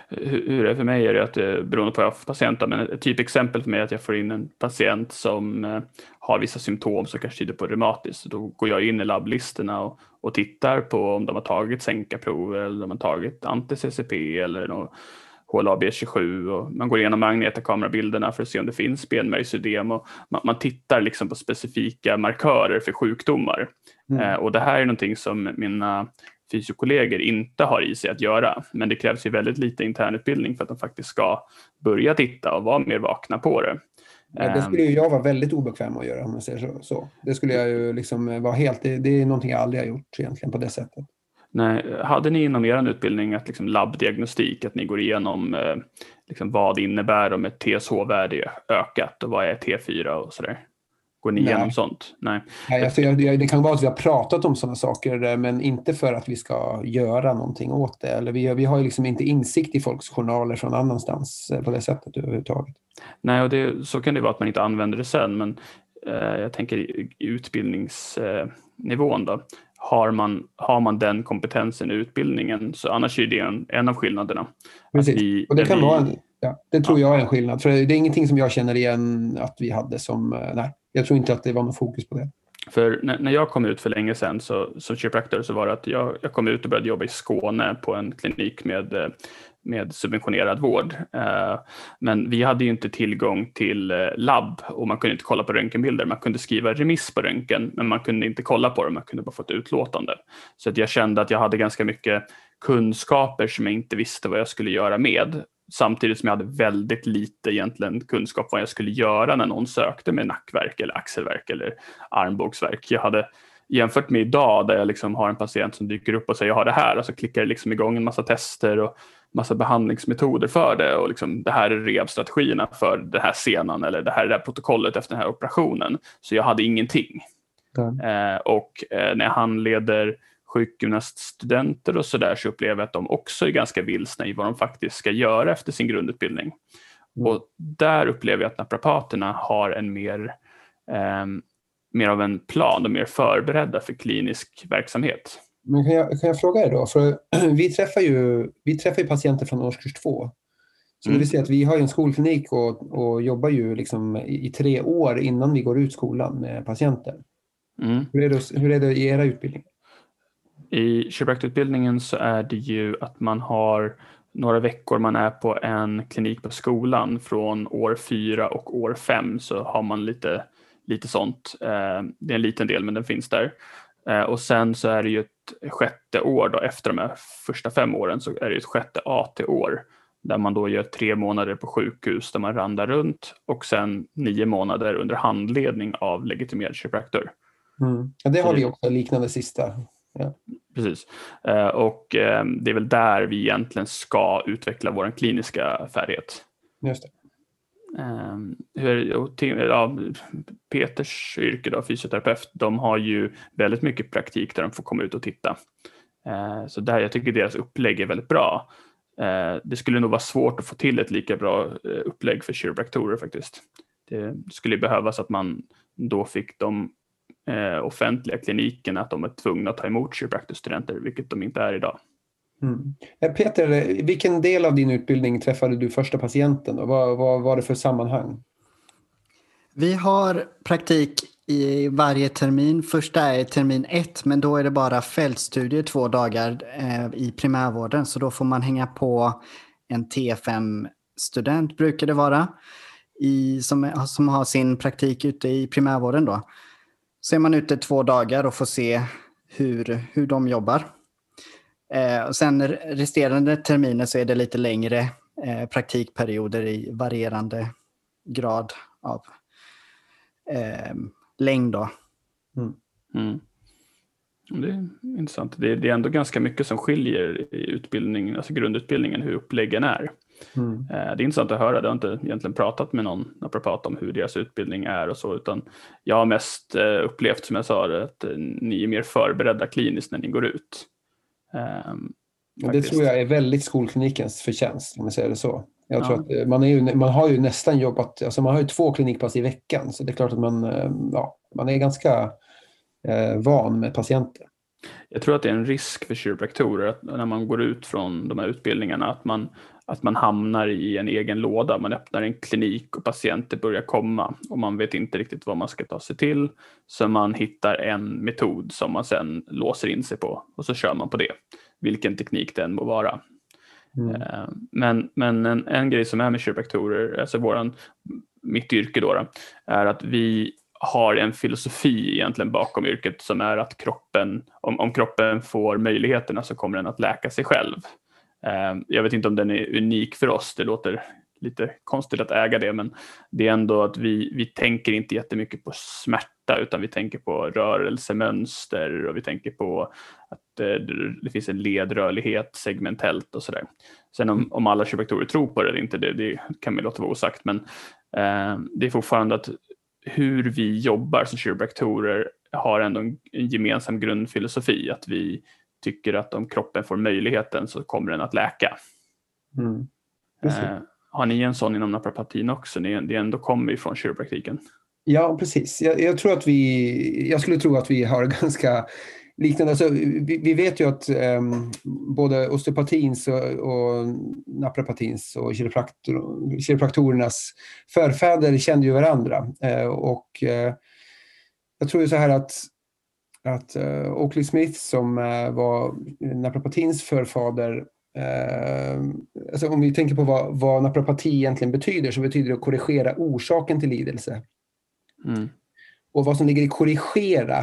hur det är för mig är det att det beroende på vad jag har för patienter, men ett typexempel för mig är att jag får in en patient som eh, har vissa symptom som kanske tyder på reumatiskt. Då går jag in i labblistorna och, och tittar på om de har tagit sänkarprov eller om de har tagit anti-C C P eller något H L A B tjugosju, och man går igenom magnetkamerabilderna för att se om det finns benmärgsödem, och man, man tittar liksom på specifika markörer för sjukdomar. Mm. Eh, och det här är någonting som mina fysiokollegor inte har i sig att göra, men det krävs ju väldigt lite internutbildning för att de faktiskt ska börja titta och vara mer vakna på det. Ja, det skulle ju jag vara väldigt obekväm med att göra, om man säger så. så. Det skulle jag ju liksom vara helt, det, det är någonting jag aldrig har gjort egentligen på det sättet. Nej, hade ni inom er utbildning att liksom labbdiagnostik, att ni går igenom eh, liksom vad det innebär om ett T S H-värde är ökat och vad är T fyra och sådär? Går ni Nej. igenom sånt? Nej. Nej, alltså, jag, det kan vara att vi har pratat om sådana saker, men inte för att vi ska göra någonting åt det. Eller vi, vi har ju liksom inte insikt i folks journaler från annanstans på det sättet överhuvudtaget. Nej, och det, så kan det vara att man inte använder det sen, men eh, jag tänker i, i utbildningsnivån då. Har man, har man den kompetensen i utbildningen, så annars är det en, en av skillnaderna. Precis, vi, och det kan vi, vara en, ja, det tror ja. jag är en skillnad. För det är ingenting som jag känner igen att vi hade som, nej, jag tror inte att det var någon fokus på det. För när, när jag kom ut för länge sedan så, som chiropractor, så var det att jag, jag kom ut och började jobba i Skåne på en klinik med, med subventionerad vård. Eh, men vi hade ju inte tillgång till eh, labb, och man kunde inte kolla på röntgenbilder. Man kunde skriva remiss på röntgen, men man kunde inte kolla på det. Man kunde bara få ett utlåtande. Så att jag kände att jag hade ganska mycket kunskaper som jag inte visste vad jag skulle göra med. Samtidigt som jag hade väldigt lite egentligen kunskap vad jag skulle göra när någon sökte med nackverk eller axelverk eller armbågsverk. Jag hade jämfört med idag, där jag liksom har en patient som dyker upp och säger jag har det här, och så klickar det liksom igång en massa tester och massa behandlingsmetoder för det, och liksom det här är rehab-strategierna för den här senan, eller det här är det här protokollet efter den här operationen. Så jag hade ingenting. Mm. Eh, och eh, när jag handleder sjukgymnaststudenter och sådär, så upplever jag att de också är ganska vilsna i vad de faktiskt ska göra efter sin grundutbildning. Mm. Och där upplever jag att naprapaterna har en mer, eh, mer av en plan och mer förberedda för klinisk verksamhet. Men kan jag, kan jag fråga er då? För vi träffar ju, vi träffar ju patienter från årskurs två. Så mm. det vill säga att vi har ju en skolklinik och, och jobbar ju liksom i, i tre år innan vi går ut skolan med patienter. Mm. Hur är det, hur är det i era utbildningar? I chiropractorutbildningen så är det ju att man har några veckor man är på en klinik på skolan. Från år fyra och år fem så har man lite, lite sånt. Det är en liten del, men den finns där. Och sen så är det ju ett sjätte år då, efter de här första fem åren så är det ett sjätte A T-år. Där man då gör tre månader på sjukhus där man randar runt, och sen nio månader under handledning av legitimerad chiropractor. Mm. Ja, det har vi också, liknande sista. Ja. Precis. Och det är väl där vi egentligen ska utveckla vår kliniska färdighet. Just det. Um, hur, ja, Peters yrke då, fysioterapeut, de har ju väldigt mycket praktik där de får komma ut och titta. Uh, så där, jag tycker deras upplägg är väldigt bra. Uh, det skulle nog vara svårt att få till ett lika bra uh, upplägg för chiropraktorer faktiskt. Det skulle behövas att man då fick de uh, offentliga klinikerna att de är tvungna att ta emot chiropraktorstudenter, vilket de inte är idag. Mm. Peter, vilken del av din utbildning träffade du första patienten och vad, vad var det för sammanhang? Vi har praktik i varje termin. Första är termin ett, men då är det bara fältstudier två dagar eh, i primärvården, så då får man hänga på en T F M-student brukar det vara, i, som, som har sin praktik ute i primärvården då. Så är man ute två dagar och får se hur, hur de jobbar. Eh, och sen resterande terminer så är det lite längre eh, praktikperioder i varierande grad av eh, längd då. Mm. Mm. Det är intressant. Det är, det är ändå ganska mycket som skiljer i utbildningen, alltså grundutbildningen, hur uppläggen är. Mm. Det är intressant att höra. Jag har inte egentligen pratat med någon naprapat om hur deras utbildning är och så, utan jag har mest upplevt, som jag sa, att ni är mer förberedda kliniskt när ni går ut. Um, det tror jag är väldigt skolklinikens förtjänst, om jag säger det så. Jag tror ja. att man, är ju, man har ju nästan jobbat, alltså man har ju två klinikpass i veckan, så det är klart att man, ja, man är ganska eh, van med patienter. Jag tror att det är en risk för kiropraktorer att när man går ut från de här utbildningarna att man, att man hamnar i en egen låda. Man öppnar en klinik och patienter börjar komma och man vet inte riktigt vad man ska ta sig till. Så man hittar en metod som man sen låser in sig på och så kör man på det. Vilken teknik den må vara. Mm. Men, men en, en grej som är med kiropraktorer, alltså våran, mitt yrke då, då, är att vi har en filosofi egentligen bakom yrket som är att kroppen, om, om kroppen får möjligheterna så kommer den att läka sig själv. Eh, jag vet inte om den är unik för oss, det låter lite konstigt att äga det, men det är ändå att vi, vi tänker inte jättemycket på smärta utan vi tänker på rörelsemönster och vi tänker på att eh, det finns en ledrörlighet segmentellt och sådär. Sen om, om alla kiropraktorer tror på det eller inte, det, det kan man låta vara osagt, men eh, det är fortfarande att hur vi jobbar som kiropraktorer har ändå en, en gemensam grundfilosofi, att vi tycker att om kroppen får möjligheten så kommer den att läka. Mm. Eh, har ni en sån inom naprapatin också? Ni, det ändå kommer ifrån kiropraktiken. Ja, precis. Jag, jag tror att vi, jag skulle tro att vi har ganska liknande. Alltså, vi, vi vet ju att um, både osteopatins och, och naprapatins och kiropraktor, kiropraktorernas förfäder kände ju varandra. Uh, och uh, jag tror ju så här att att uh, Oakley Smith som uh, var naprapatins förfader, uh, alltså om vi tänker på vad, vad naprapati egentligen betyder, så betyder det att korrigera orsaken till lidelse. Mm. Och vad som ligger i korrigera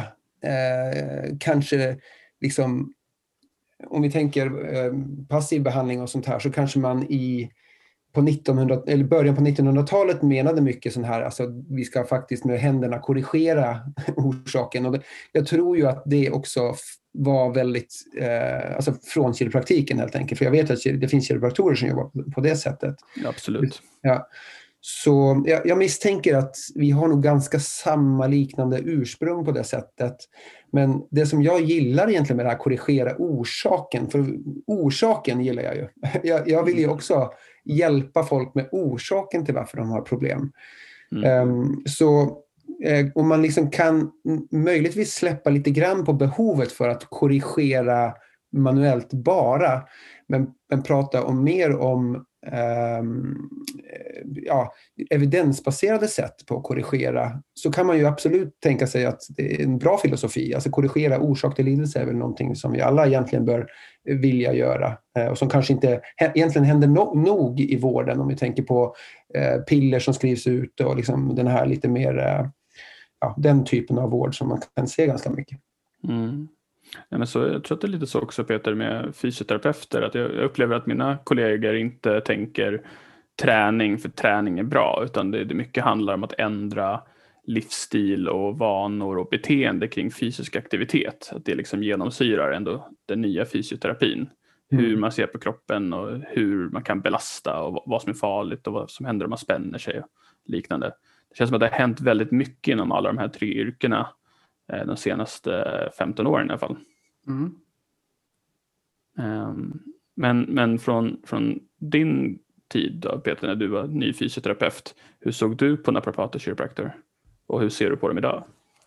eh, kanske liksom, om vi tänker eh, passiv behandling och sånt här, så kanske man i på nittonhundra eller början på nittonhundratalet menade mycket sån här, alltså vi ska faktiskt med händerna korrigera orsaken, och det, jag tror ju att det också var väldigt eh, alltså från kiropraktiken helt enkelt, för jag vet att det finns kiropraktorer som jobbar på det sättet. Ja, absolut. Ja. Så jag, jag misstänker att vi har nog ganska samma liknande ursprung på det sättet. Men det som jag gillar egentligen med det här korrigera orsaken, för orsaken gillar jag ju. Jag, jag vill ju också hjälpa folk med orsaken till varför de har problem. Mm. Um, så eh, om man liksom kan möjligtvis släppa lite grann på behovet för att korrigera manuellt bara, men, men prata om mer om Um, ja, evidensbaserade sätt på att korrigera, så kan man ju absolut tänka sig att det är en bra filosofi. Alltså korrigera orsak till lidelse är väl någonting som vi alla egentligen bör vilja göra, uh, och som kanske inte egentligen händer no- nog i vården, om vi tänker på uh, piller som skrivs ut och liksom den här lite mer uh, ja, den typen av vård som man kan se ganska mycket. Mm. Ja, men så, jag tror att det är lite så också, Peter, med fysioterapeuter, att jag, jag upplever att mina kollegor inte tänker träning för träning är bra, utan det, det mycket handlar om att ändra livsstil och vanor och beteende kring fysisk aktivitet, att det liksom genomsyrar ändå den nya fysioterapin, mm. hur man ser på kroppen och hur man kan belasta och vad som är farligt och vad som händer om man spänner sig och liknande. Det känns som att det har hänt väldigt mycket inom alla de här tre yrkena de senaste femton åren i alla fall. Mm. Um, men men från, från din tid då, Peter, när du var ny fysioterapeut, hur såg du på naprapater kiropraktor? Och hur ser du på dem idag?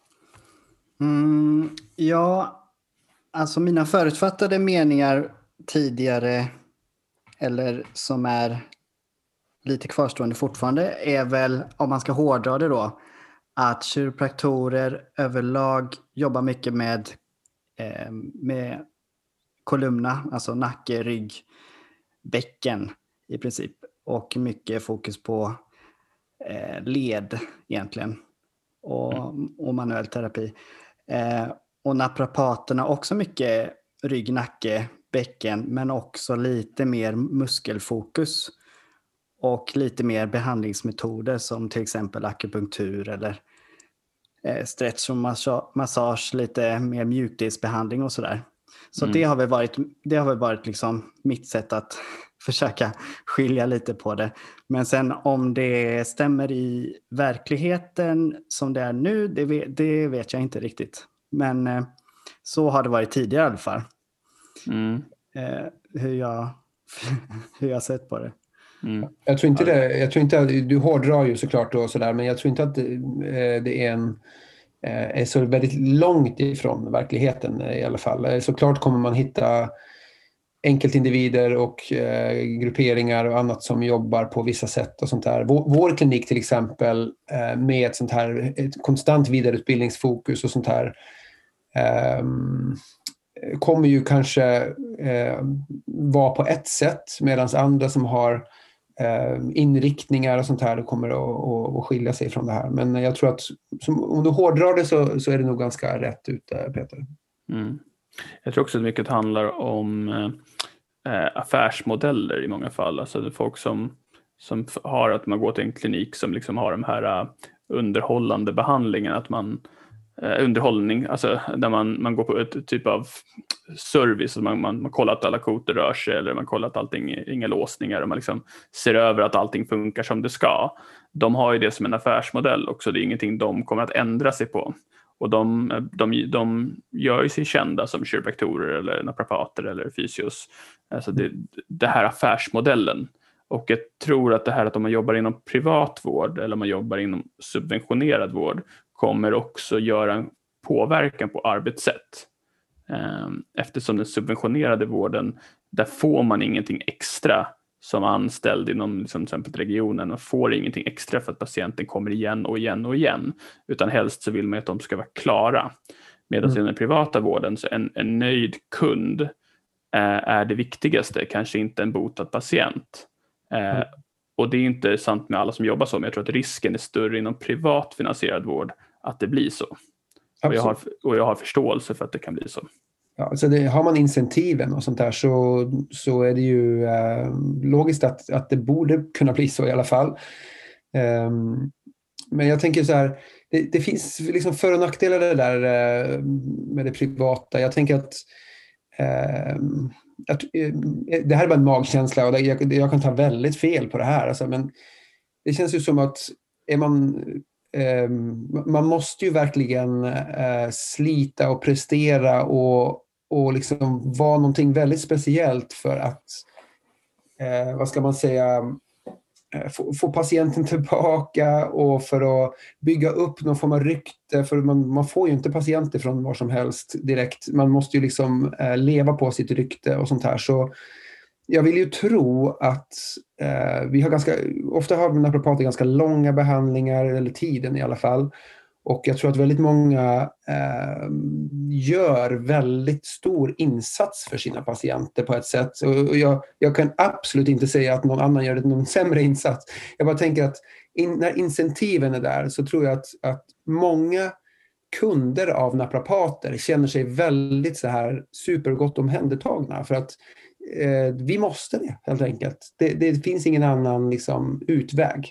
Mm, ja, alltså mina förutfattade meningar tidigare, eller som är lite kvarstående fortfarande, är väl, om man ska hårdra det då, att kiropraktorer överlag jobbar mycket med, eh, med kolumna, alltså nacke, rygg, bäcken i princip. Och mycket fokus på eh, led egentligen. Och, och manuell terapi. Eh, och naprapaterna också mycket rygg, nacke, bäcken, men också lite mer muskelfokus. Och lite mer behandlingsmetoder som till exempel akupunktur eller eh, stretch och massa- massage, lite mer mjukdelsbehandling och sådär. Så Mm. det har väl varit, det har väl varit liksom mitt sätt att försöka skilja lite på det. Men sen om det stämmer i verkligheten som det är nu, det vet, det vet jag inte riktigt. Men eh, så har det varit tidigare i alla fall. Mm. Eh, hur jag hur jag sett på det. Mm. Jag tror inte det, jag tror inte att du hårdrar ju såklart och sådär, men jag tror inte att det, det är en är så väldigt långt ifrån verkligheten i alla fall. Såklart kommer man hitta enkeltindivider och eh, grupperingar och annat som jobbar på vissa sätt och sånt där. Vår, vår klinik till exempel eh, med ett sånt här ett konstant vidareutbildningsfokus och sånt här eh, kommer ju kanske eh, vara på ett sätt, medan andra som har eh, inriktningar och sånt här kommer att, att skilja sig från det här. Men jag tror att som, om du hårdrar det så, så är det nog ganska rätt ute, Peter. Mm. Jag tror också att mycket handlar om eh, affärsmodeller i många fall. Alltså det är folk som, som har att man går till en klinik som liksom har de här uh, underhållande behandlingen, att man uh, underhållning, alltså där man, man går på ett typ av service, och man, man, man kollar att alla koter rör sig, eller man kollar att allting, inga låsningar, och man liksom ser över att allting funkar som det ska. De har ju det som en affärsmodell också, det är ingenting de kommer att ändra sig på. Och de, de, de gör ju sig kända som kiropraktorer eller naprapater eller fysios. Alltså det, det här affärsmodellen. Och jag tror att det här att om man jobbar inom privat vård eller om man jobbar inom subventionerad vård kommer också göra en påverkan på arbetssätt. Eftersom den subventionerade vården, där får man ingenting extra som anställd inom liksom, till exempel regionen, och får ingenting extra för att patienten kommer igen och igen och igen, utan helst så vill man att de ska vara klara. Medan mm. i den privata vården så en, en nöjd kund eh, är det viktigaste, kanske inte en botad patient. Eh, mm. Och det är inte sant med alla som jobbar så, men jag tror att risken är större inom privat finansierad vård att det blir så. Och jag, har, och jag har förståelse för att det kan bli så. Ja, så det, har man incentiven och sånt där så, så är det ju eh, logiskt att, att det borde kunna bli så i alla fall. Um, men jag tänker så här, det, det finns liksom för- och nackdelar det där eh, med det privata. Jag tänker att, eh, att eh, det här är bara en magkänsla, och det, jag, jag kan ta väldigt fel på det här. Alltså, men det känns ju som att är man... Eh, man måste ju verkligen eh, slita och prestera och och liksom vara någonting väldigt speciellt för att eh, vad ska man säga eh, få, få patienten tillbaka, och för att bygga upp någon form av rykte, för man, man får ju inte patienter från var som helst direkt, man måste ju liksom eh, leva på sitt rykte och sånt här. Så jag vill ju tro att eh, vi har ganska ofta har naprapater ganska långa behandlingar, eller tiden i alla fall. Och jag tror att väldigt många eh, gör väldigt stor insats för sina patienter på ett sätt. Och jag, jag kan absolut inte säga att någon annan gör någon sämre insats. Jag bara tänker att in, när incentiven är där så tror jag att, att många kunder av naprapater känner sig väldigt så här supergott omhändertagna. För att eh, vi måste det helt enkelt. Det, det finns ingen annan liksom, utväg.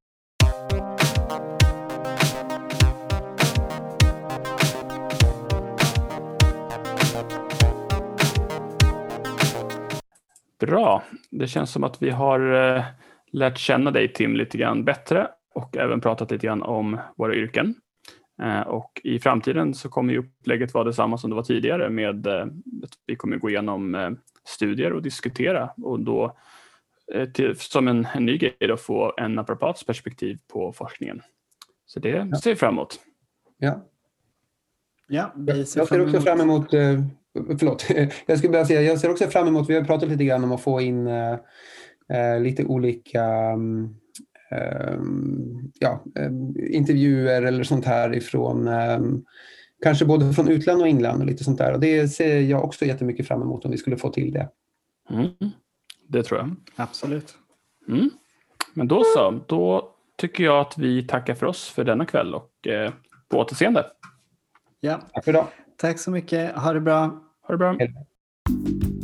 Bra. Det känns som att vi har eh, lärt känna dig, Tim, lite grann bättre, och även pratat lite grann om våra yrken. Eh, och i framtiden så kommer ju upplägget vara detsamma som det var tidigare, med eh, att vi kommer gå igenom eh, studier och diskutera, och då eh, till, som en, en ny grej då få en naprapats perspektiv på forskningen. Så det ja. ser vi fram emot. Ja. Ja, vi ser jag ser också fram emot... Eh, Förlåt, jag skulle bara säga, jag ser också fram emot, vi har pratat lite grann om att få in äh, lite olika äh, ja, äh, intervjuer eller sånt här ifrån, äh, kanske både från utland och England och lite sånt där. Och det ser jag också jättemycket fram emot om vi skulle få till det. Mm, det tror jag. Absolut. Mm. Men då så, då tycker jag att vi tackar för oss för denna kväll, och äh, på återseende. Ja. Tack för idag. Tack så mycket. Ha det bra. Ha det bra. Hej.